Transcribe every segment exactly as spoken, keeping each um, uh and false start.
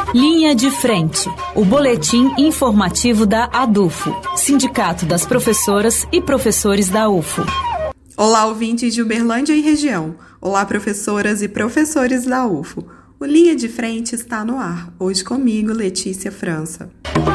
Linha de Frente, o boletim informativo da ADUFO, Sindicato das Professoras e Professores da U F O. Olá, ouvintes de Uberlândia e região. Olá, professoras e professores da U F O. O Linha de Frente está no ar. Hoje comigo, Letícia França.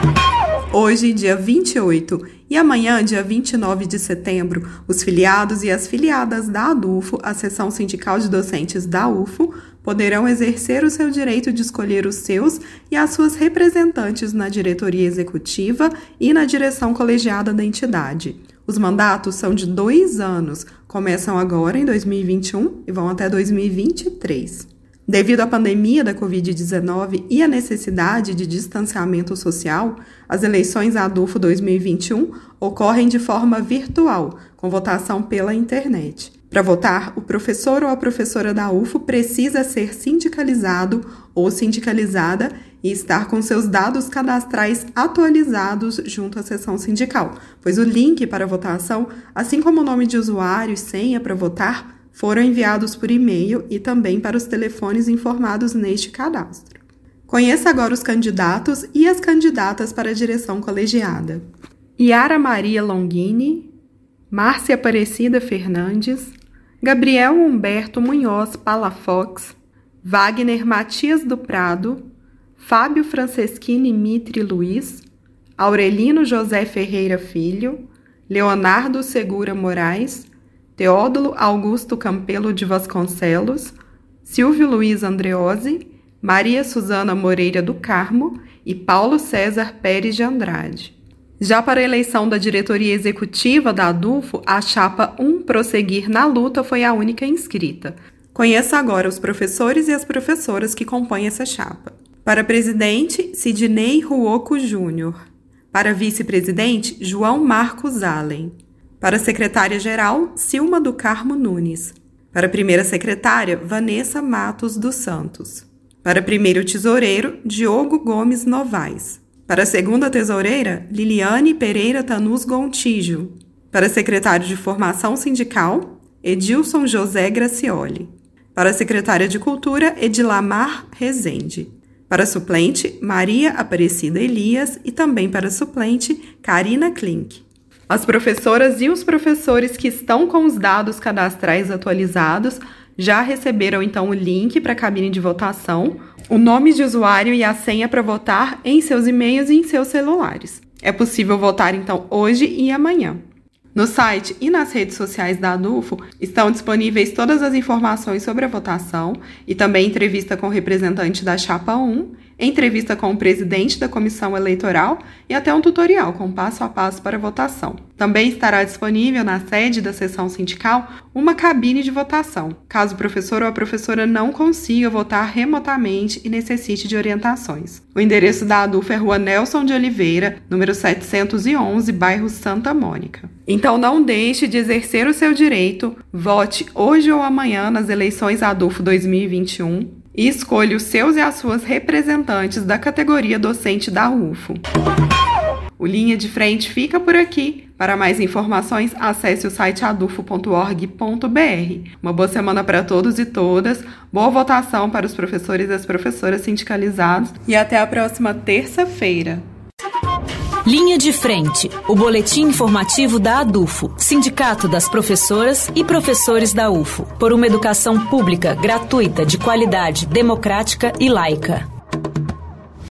Hoje, dia vinte e oito, e amanhã, dia vinte e nove de setembro, os filiados e as filiadas da ADUFO, a Seção Sindical de Docentes da U F O, poderão exercer o seu direito de escolher os seus e as suas representantes na diretoria executiva e na direção colegiada da entidade. Os mandatos são de dois anos, começam agora em dois mil e vinte e um e vão até dois mil e vinte e três. Devido à pandemia da covid dezenove e à necessidade de distanciamento social, as eleições ADUFO dois mil e vinte e um ocorrem de forma virtual, com votação pela internet. Para votar, o professor ou a professora da U F O precisa ser sindicalizado ou sindicalizada e estar com seus dados cadastrais atualizados junto à seção sindical, pois o link para a votação, assim como o nome de usuário e senha para votar, foram enviados por e-mail e também para os telefones informados neste cadastro. Conheça agora os candidatos e as candidatas para a direção colegiada. Yara Maria Longini, Márcia Aparecida Fernandes, Gabriel Humberto Munhoz Palafox, Wagner Matias do Prado, Fábio Franceschini Mitre Luiz, Aurelino José Ferreira Filho, Leonardo Segura Moraes, Teódulo Augusto Campelo de Vasconcelos, Silvio Luiz Andreozzi, Maria Suzana Moreira do Carmo e Paulo César Pérez de Andrade. Já para a eleição da diretoria executiva da ADUFO, a chapa um Prosseguir na Luta foi a única inscrita. Conheça agora os professores e as professoras que compõem essa chapa. Para presidente, Sidney Ruoco Júnior. Para vice-presidente, João Marcos Allen. Para secretária-geral, Silma do Carmo Nunes. Para primeira secretária, Vanessa Matos dos Santos. Para primeiro tesoureiro, Diogo Gomes Novaes. Para segunda tesoureira, Liliane Pereira Tanus Gontijo. Para secretário de formação sindical, Edilson José Gracioli. Para secretária de cultura, Edilamar Rezende. Para suplente, Maria Aparecida Elias e também para suplente, Karina Klink. As professoras e os professores que estão com os dados cadastrais atualizados já receberam então o link para a cabine de votação, o nome de usuário e a senha para votar em seus e-mails e em seus celulares. É possível votar então hoje e amanhã. No site e nas redes sociais da ADUFO estão disponíveis todas as informações sobre a votação e também entrevista com o representante da chapa um, entrevista com o presidente da comissão eleitoral e até um tutorial com passo a passo para a votação. Também estará disponível na sede da seção sindical uma cabine de votação, caso o professor ou a professora não consiga votar remotamente e necessite de orientações. O endereço da ADUFO é Rua Nelson de Oliveira, número setecentos e onze, bairro Santa Mônica. Então não deixe de exercer o seu direito, vote hoje ou amanhã nas eleições ADUFO dois mil e vinte e um e escolha os seus e as suas representantes da categoria docente da U F O. O Linha de Frente fica por aqui. Para mais informações, acesse o site adufo ponto org ponto br. Uma boa semana para todos e todas, boa votação para os professores e as professoras sindicalizados e até a próxima terça-feira. Linha de Frente, o boletim informativo da ADUFO, Sindicato das Professoras e Professores da U F O, por uma educação pública, gratuita, de qualidade, democrática e laica.